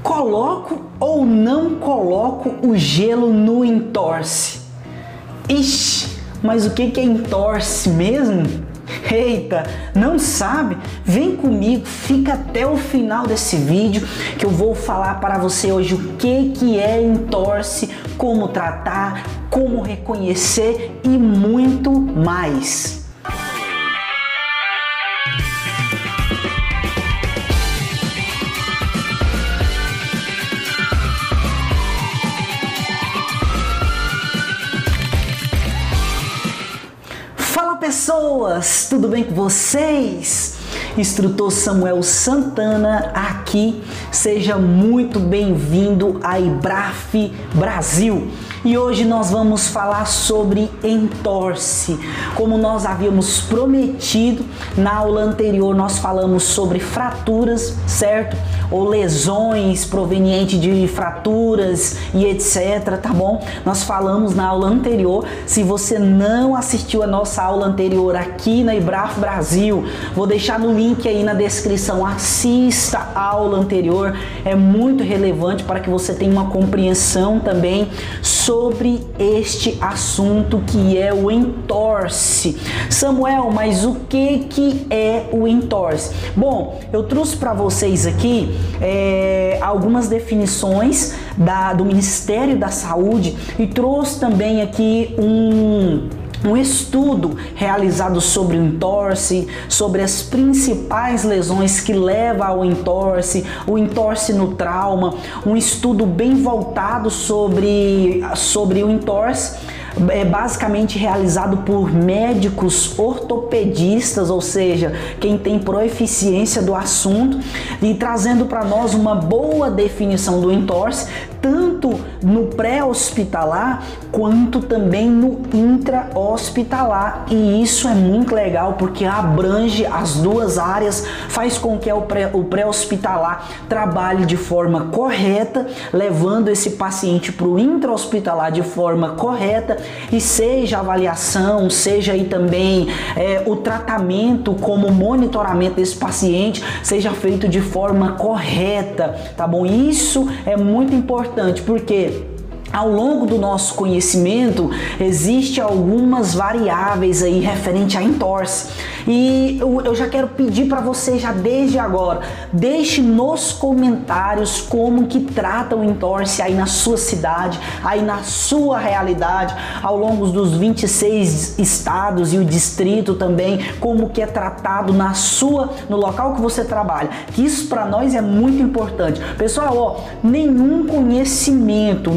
Coloco ou não coloco o gelo no entorse? Ixi, mas o que é entorse mesmo? Eita, não sabe? Vem comigo, fica até o final desse vídeo que eu vou falar para você hoje o que é entorse, como tratar, como reconhecer e muito mais. Pessoas, tudo bem com vocês? Instrutor Samuel Santana aqui, seja muito bem-vindo a IBRAF Brasil. E hoje nós vamos falar sobre entorse. Como nós havíamos prometido, na aula anterior nós falamos sobre fraturas, certo? Ou lesões provenientes de fraturas e etc, tá bom? Nós falamos na aula anterior. Se você não assistiu a nossa aula anterior aqui na IBRAF Brasil, vou deixar no link aí na descrição. Assista a aula anterior, é muito relevante para que você tenha uma compreensão também sobre este assunto que é o entorse. Samuel, mas o que é o entorse? Bom, eu trouxe para vocês aqui algumas definições do Ministério da Saúde e trouxe também aqui um estudo realizado sobre o entorse, sobre as principais lesões que levam ao entorse, o entorse no trauma, um estudo bem voltado sobre o entorse, basicamente realizado por médicos ortopedistas, ou seja, quem tem proficiência do assunto, e trazendo para nós uma boa definição do entorse, tanto no pré-hospitalar quanto também no intra-hospitalar. E isso é muito legal porque abrange as duas áreas, faz com que o pré-hospitalar trabalhe de forma correta, levando esse paciente para o intra-hospitalar de forma correta, e seja a avaliação, seja aí também o tratamento como monitoramento desse paciente seja feito de forma correta, tá bom? Isso é muito importante porque ao longo do nosso conhecimento, existem algumas variáveis aí referente a entorse. E eu já quero pedir para você já desde agora, deixe nos comentários como que trata o entorse aí na sua cidade, aí na sua realidade, ao longo dos 26 estados e o distrito também, como que é tratado no local que você trabalha. Que isso para nós é muito importante. Pessoal, ó, nenhum conhecimento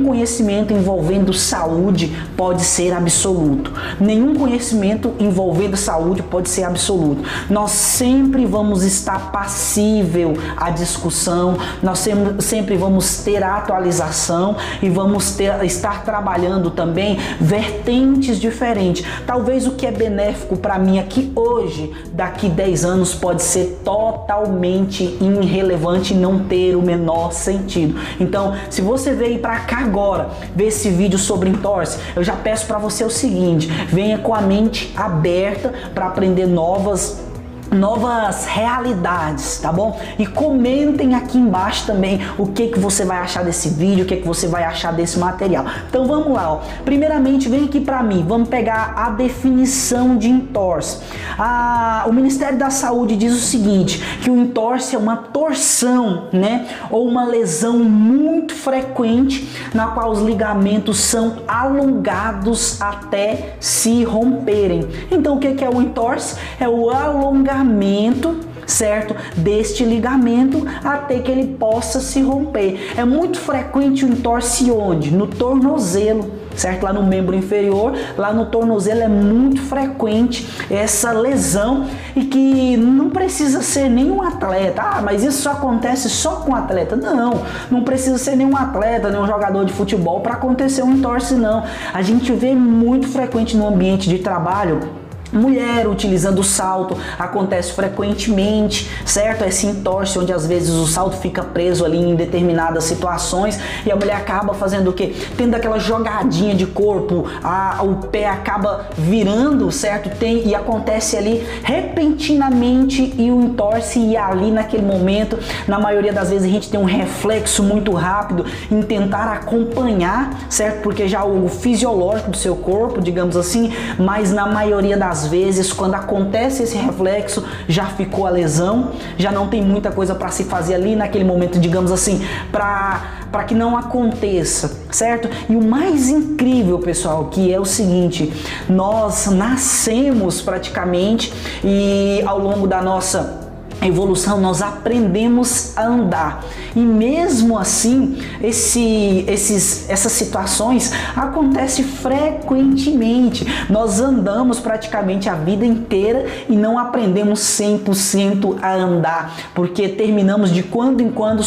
envolvendo saúde pode ser absoluto. Nenhum conhecimento envolvendo saúde pode ser absoluto. Nós sempre vamos estar passível à discussão, nós sempre vamos ter a atualização e vamos estar trabalhando também vertentes diferentes. Talvez o que é benéfico para mim aqui hoje, daqui 10 anos pode ser totalmente irrelevante e não ter o menor sentido. Então, se você veio para cá agora ver esse vídeo sobre entorse, eu já peço para você o seguinte: venha com a mente aberta para aprender novas realidades, tá bom? E comentem aqui embaixo também o que você vai achar desse vídeo, o que você vai achar desse material. Então vamos lá, ó. Primeiramente, vem aqui para mim, vamos pegar a definição de entorse. O Ministério da Saúde diz o seguinte, que o entorse é uma torção, né? Ou uma lesão muito frequente na qual os ligamentos são alongados até se romperem. Então o que é o entorse? É o alongamento, certo, deste ligamento até que ele possa se romper. É muito frequente o entorse onde? No tornozelo, certo? Lá no membro inferior, lá no tornozelo é muito frequente essa lesão e que não precisa ser nenhum atleta. Ah, mas isso só acontece só com atleta. Não precisa ser nenhum atleta, nenhum jogador de futebol para acontecer um entorse, não. A gente vê muito frequente no ambiente de trabalho Mulher utilizando o salto, acontece frequentemente, certo? Esse entorse onde às vezes o salto fica preso ali em determinadas situações e a mulher acaba fazendo o quê? Tendo aquela jogadinha de corpo, o pé acaba virando, certo? E acontece ali repentinamente e o entorse, e ali naquele momento, na maioria das vezes a gente tem um reflexo muito rápido em tentar acompanhar, certo? Porque já o fisiológico do seu corpo, digamos assim, mas na maioria das vezes, quando acontece esse reflexo, já ficou a lesão, já não tem muita coisa para se fazer ali naquele momento, digamos assim, para que não aconteça, certo? E o mais incrível, pessoal, que é o seguinte: nós nascemos praticamente e ao longo da nossa evolução nós aprendemos a andar, e mesmo assim essas situações acontecem frequentemente. Nós andamos praticamente a vida inteira e não aprendemos 100% a andar, porque terminamos de quando em quando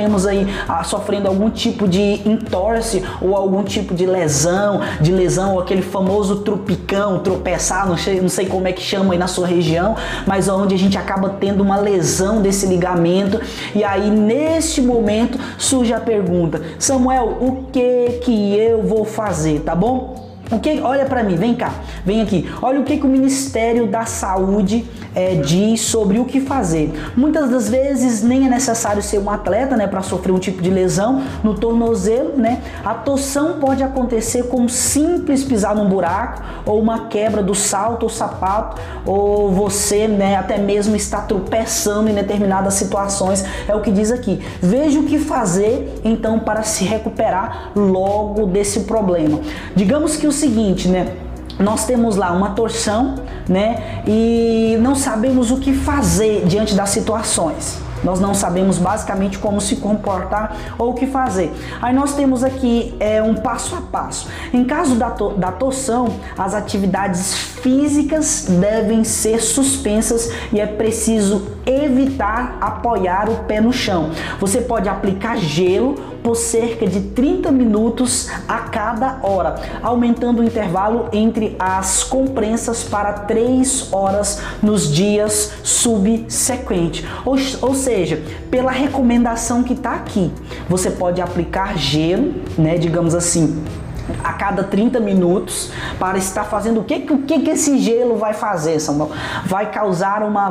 sofrendo algum tipo de entorse ou algum tipo de lesão, ou aquele famoso trupicão, tropeçar, não sei como é que chama aí na sua região, mas onde a gente acaba tendo uma lesão desse ligamento. E aí neste momento surge a pergunta: Samuel, o que eu vou fazer, tá bom? Olha para mim, vem cá, vem aqui. Olha o que o Ministério da Saúde diz sobre o que fazer. Muitas das vezes nem é necessário ser um atleta, né, para sofrer um tipo de lesão no tornozelo, né? A torção pode acontecer com simples pisar num buraco, ou uma quebra do salto ou sapato, ou você, né, até mesmo está tropeçando em determinadas situações. É o que diz aqui. Veja o que fazer então para se recuperar logo desse problema. Digamos que o seguinte, né? Nós temos lá uma torção, né? E não sabemos o que fazer diante das situações. Nós não sabemos basicamente como se comportar ou o que fazer. Aí nós temos aqui um passo a passo. Em caso da torção, as atividades físicas devem ser suspensas e é preciso evitar apoiar o pé no chão. Você pode aplicar gelo por cerca de 30 minutos a cada hora, aumentando o intervalo entre as compressas para 3 horas nos dias subsequentes. Ou seja, pela recomendação que está aqui, você pode aplicar gelo, né, digamos assim, a cada 30 minutos, para estar fazendo o que esse gelo vai fazer, Samuel? Vai causar uma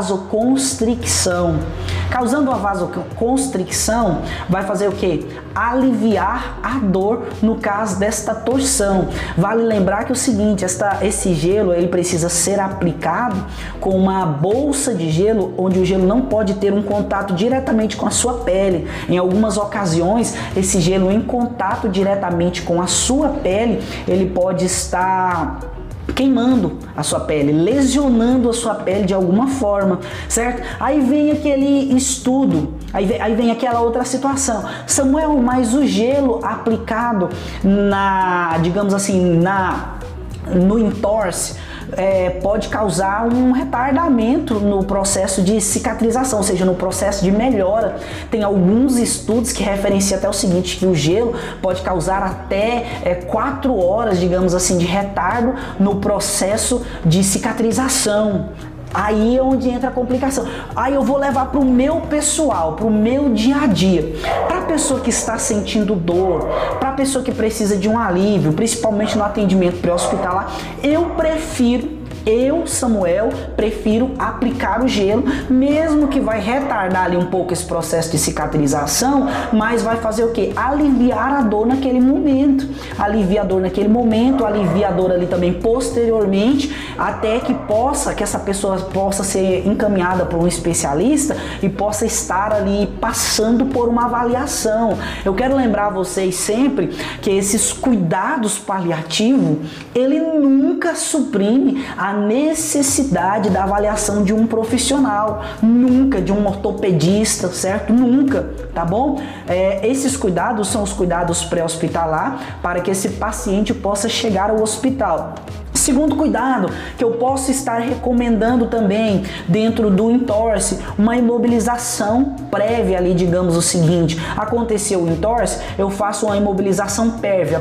vasoconstricção. Causando uma vasoconstricção, vai fazer o que? Aliviar a dor no caso desta torção. Vale lembrar que é o seguinte, esse gelo ele precisa ser aplicado com uma bolsa de gelo, onde o gelo não pode ter um contato diretamente com a sua pele. Em algumas ocasiões, esse gelo em contato diretamente com a sua pele, ele pode estar queimando a sua pele, lesionando a sua pele de alguma forma, certo? Aí vem aquele estudo, aí vem aquela outra situação. Samuel, mas o gelo aplicado digamos assim, no entorse, pode causar um retardamento no processo de cicatrização, ou seja, no processo de melhora. Tem alguns estudos que referenciam até o seguinte, que o gelo pode causar até 4 horas, digamos assim, de retardo no processo de cicatrização. Aí é onde entra a complicação. Aí eu vou levar para o meu pessoal, para o meu dia a dia. Para a pessoa que está sentindo dor, para a pessoa que precisa de um alívio, principalmente no atendimento pré-hospitalar, eu, Samuel, prefiro aplicar o gelo, mesmo que vai retardar ali um pouco esse processo de cicatrização, mas vai fazer o que? Aliviar a dor naquele momento. Alivia a dor naquele momento, alivia a dor ali também posteriormente, até que essa pessoa possa ser encaminhada por um especialista e possa estar ali passando por uma avaliação. Eu quero lembrar vocês sempre que esses cuidados paliativos, ele nunca suprime a necessidade da avaliação de um profissional, nunca de um ortopedista, certo? Nunca, tá bom? Esses cuidados são os cuidados pré-hospitalar para que esse paciente possa chegar ao hospital. Segundo cuidado que eu posso estar recomendando também dentro do entorse, uma imobilização prévia ali, digamos o seguinte, aconteceu o entorse, eu faço uma imobilização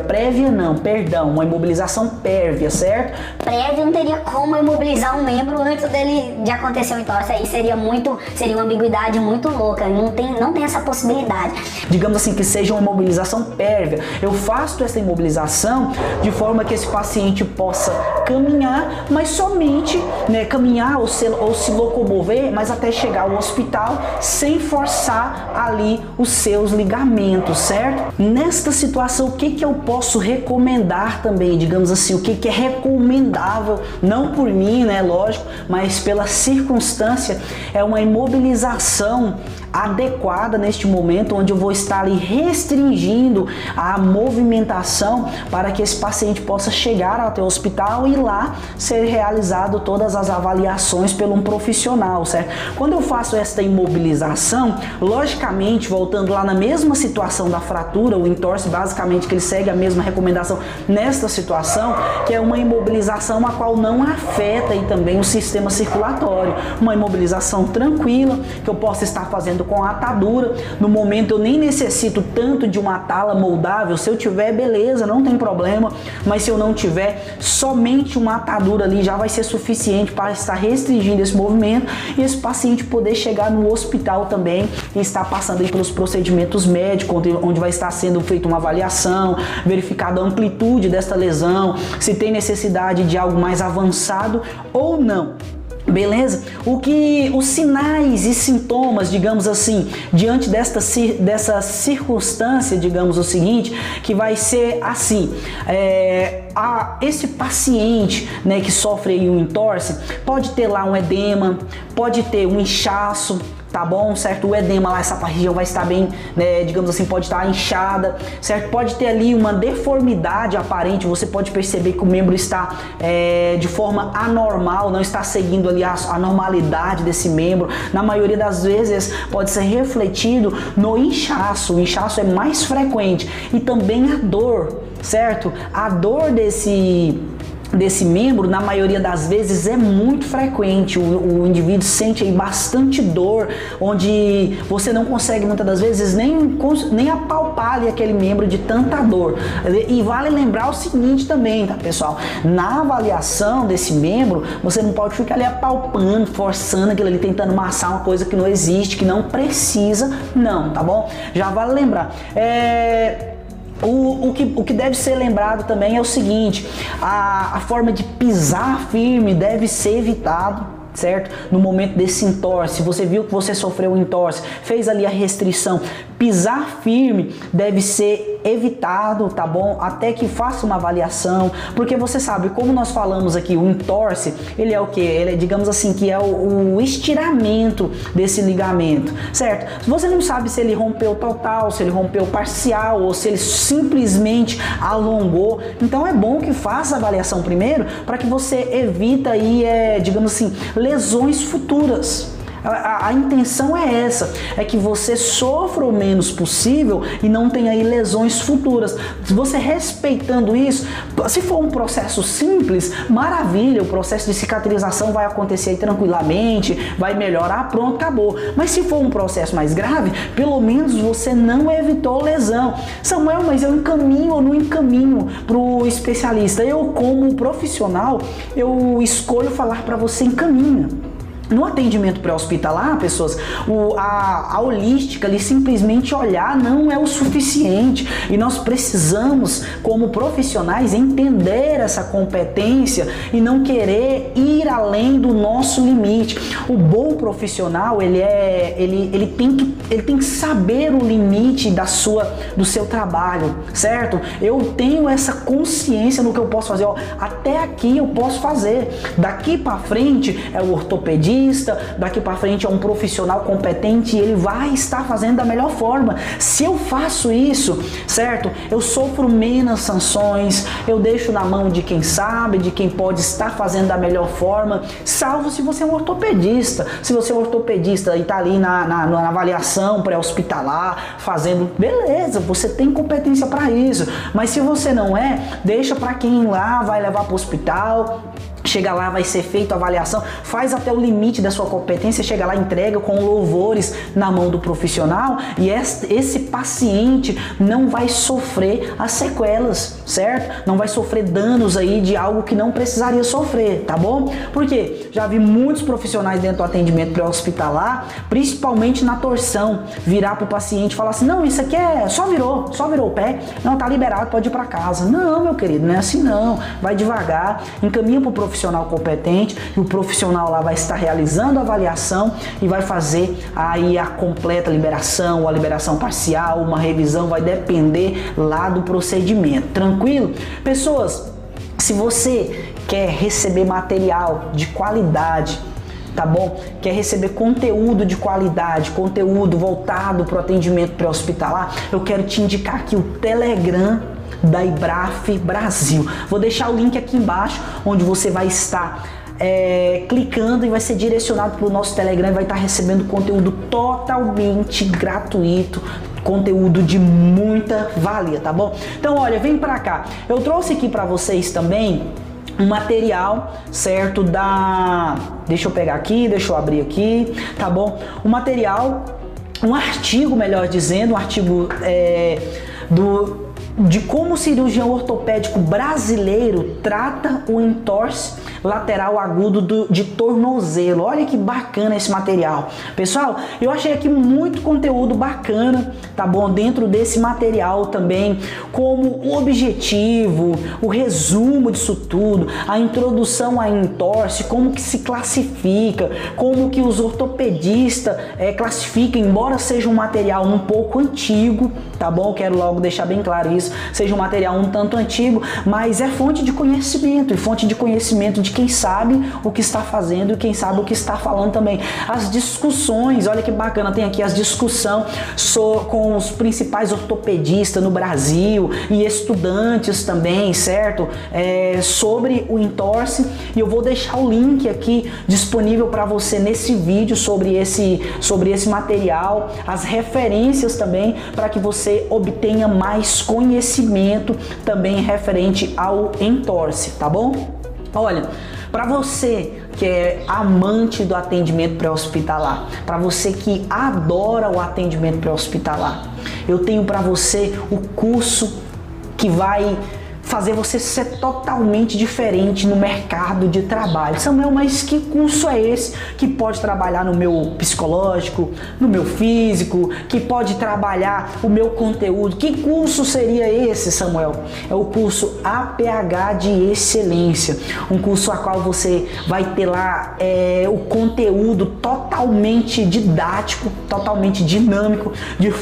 uma imobilização pérvia, certo? Prévia não teria como imobilizar um membro antes de acontecer o entorse, aí seria uma ambiguidade muito louca, não tem essa possibilidade. Digamos assim que seja uma imobilização pérvia, eu faço essa imobilização de forma que esse paciente possa caminhar, mas somente caminhar ou se locomover, mas até chegar ao hospital sem forçar ali os seus ligamentos, certo? Nesta situação, o que eu posso recomendar também, digamos assim, o que é recomendável, não por mim, né, lógico, mas pela circunstância, é uma imobilização adequada neste momento, onde eu vou estar ali restringindo a movimentação para que esse paciente possa chegar até o hospital e lá ser realizado todas as avaliações por um profissional, certo? Quando eu faço esta imobilização, logicamente, voltando lá na mesma situação da fratura, o entorse basicamente que ele segue a mesma recomendação nesta situação, que é uma imobilização a qual não afeta aí também o sistema circulatório, uma imobilização tranquila que eu posso estar fazendo com a atadura. No momento eu nem necessito tanto de uma tala moldável, se eu tiver, beleza, não tem problema, mas se eu não tiver, somente uma atadura ali já vai ser suficiente para estar restringindo esse movimento e esse paciente poder chegar no hospital também e estar passando aí pelos procedimentos médicos, onde vai estar sendo feita uma avaliação, verificada a amplitude desta lesão, se tem necessidade de algo mais avançado ou não. Beleza? Os sinais e sintomas, digamos assim, diante dessa circunstância, digamos o seguinte, que vai ser assim, esse paciente, né, que sofre aí um entorse, pode ter lá um edema, pode ter um inchaço, tá bom, certo? O edema lá, essa região vai estar bem, né, digamos assim, pode estar inchada, certo? Pode ter ali uma deformidade aparente, você pode perceber que o membro está de forma anormal, não está seguindo ali a normalidade desse membro. Na maioria das vezes pode ser refletido no inchaço, o inchaço é mais frequente e também a dor, certo? A dor desse membro, na maioria das vezes, é muito frequente. O indivíduo sente aí bastante dor, onde você não consegue muitas das vezes nem apalpar ali aquele membro de tanta dor. E vale lembrar o seguinte também, tá, pessoal? Na avaliação desse membro, você não pode ficar ali apalpando, forçando aquilo ali, tentando massar uma coisa que não existe, que não precisa, não, tá bom? Já vale lembrar. O que deve ser lembrado também é o seguinte, a forma de pisar firme deve ser evitado, certo? No momento desse entorse, você viu que você sofreu um entorse, fez ali a restrição, pisar firme deve ser evitado, tá bom? Até que faça uma avaliação, porque você sabe, como nós falamos aqui, o entorse, ele é o que? Ele é, digamos assim, que é o estiramento desse ligamento, certo? Você não sabe se ele rompeu total, se ele rompeu parcial, ou se ele simplesmente alongou, então é bom que faça a avaliação primeiro, para que você evita aí, digamos assim, lesões futuras. A intenção é essa, é que você sofra o menos possível e não tenha aí lesões futuras. Se você respeitando isso, se for um processo simples, maravilha, o processo de cicatrização vai acontecer aí tranquilamente, vai melhorar, pronto, acabou. Mas se for um processo mais grave, pelo menos você não evitou lesão. Samuel, mas eu encaminho ou não encaminho para o especialista? Eu, como profissional, eu escolho falar para você, encaminha. No atendimento pré-hospitalar, pessoas, a holística ali, simplesmente olhar não é o suficiente e nós precisamos, como profissionais, entender essa competência e não querer ir além do nosso limite. O bom profissional, ele tem que saber o limite do seu trabalho, certo? Eu tenho essa consciência no que eu posso fazer, ó, até aqui eu posso fazer, daqui para frente é o ortopedista, ortopedista, daqui para frente é um profissional competente e ele vai estar fazendo da melhor forma. Se eu faço isso, certo? Eu sofro menos sanções, eu deixo na mão de quem sabe, de quem pode estar fazendo da melhor forma, salvo se você é um ortopedista. Se você é um ortopedista e está ali na avaliação pré-hospitalar, fazendo, beleza, você tem competência para isso. Mas se você não é, deixa para quem lá vai levar para o hospital. Chega lá, vai ser feita a avaliação, faz até o limite da sua competência, chega lá, entrega com louvores na mão do profissional e esse paciente não vai sofrer as sequelas, certo? Não vai sofrer danos aí de algo que não precisaria sofrer, tá bom? Porque já vi muitos profissionais dentro do atendimento pré-hospitalar, principalmente na torção, virar pro paciente e falar assim, não, isso aqui é, só virou o pé, não, tá liberado, pode ir para casa. Não, meu querido, não é assim não, vai devagar, encaminha pro profissional competente e o profissional lá vai estar realizando a avaliação e vai fazer aí a completa liberação, ou a liberação parcial, uma revisão, vai depender lá do procedimento, tranquilo? Pessoas, se você quer receber material de qualidade, tá bom? Quer receber conteúdo de qualidade, conteúdo voltado para o atendimento pré-hospitalar, eu quero te indicar aqui o Telegram da IBRAF Brasil. Vou deixar o link aqui embaixo, onde você vai estar clicando e vai ser direcionado para o nosso Telegram e vai estar recebendo conteúdo totalmente gratuito, conteúdo de muita valia, tá bom? Então, olha, vem pra cá. Eu trouxe aqui para vocês também um material, certo? Deixa eu pegar aqui, deixa eu abrir aqui, tá bom? Um artigo, melhor dizendo, um artigo de como o cirurgião ortopédico brasileiro trata o entorse lateral agudo de tornozelo. Olha que bacana esse material. Pessoal, eu achei aqui muito conteúdo bacana, tá bom? Dentro desse material também, como o objetivo, o resumo disso tudo, a introdução à entorse, como que se classifica, como que os ortopedistas classificam, embora seja um material um pouco antigo, tá bom? Quero logo deixar bem claro isso, seja um material um tanto antigo, mas é fonte de conhecimento, e fonte de conhecimento de quem sabe o que está fazendo e quem sabe o que está falando também. As discussões, olha que bacana, tem aqui as discussões com os principais ortopedistas no Brasil e estudantes também, certo? Sobre o entorse, e eu vou deixar o link aqui disponível para você nesse vídeo sobre esse material, as referências também, para que você obtenha mais conhecimento também referente ao entorse, tá bom? Olha, para você que é amante do atendimento pré-hospitalar, para você que adora o atendimento pré-hospitalar, eu tenho para você o curso que vai fazer você ser totalmente diferente no mercado de trabalho. Samuel, mas que curso é esse que pode trabalhar no meu psicológico, no meu físico, que pode trabalhar o meu conteúdo? Que curso seria esse, Samuel? É o curso APH de Excelência, um curso a qual você vai ter lá o conteúdo totalmente didático, totalmente dinâmico, de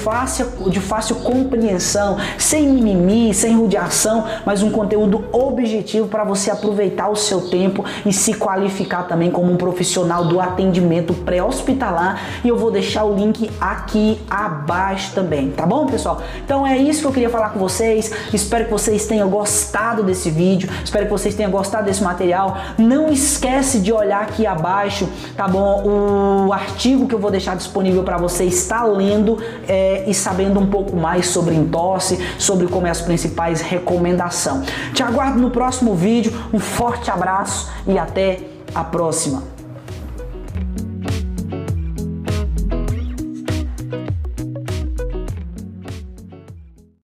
fácil compreensão, sem mimimi, sem rodeação, mas um conteúdo objetivo para você aproveitar o seu tempo e se qualificar também como um profissional do atendimento pré-hospitalar, e eu vou deixar o link aqui abaixo também, tá bom, pessoal? Então é isso que eu queria falar com vocês, espero que vocês tenham gostado desse vídeo, espero que vocês tenham gostado desse material. Não esquece de olhar aqui abaixo, tá bom, o artigo que eu vou deixar disponível para você estar lendo e sabendo um pouco mais sobre entorse, sobre como é as principais recomendações. Te aguardo no próximo vídeo, um forte abraço e até a próxima.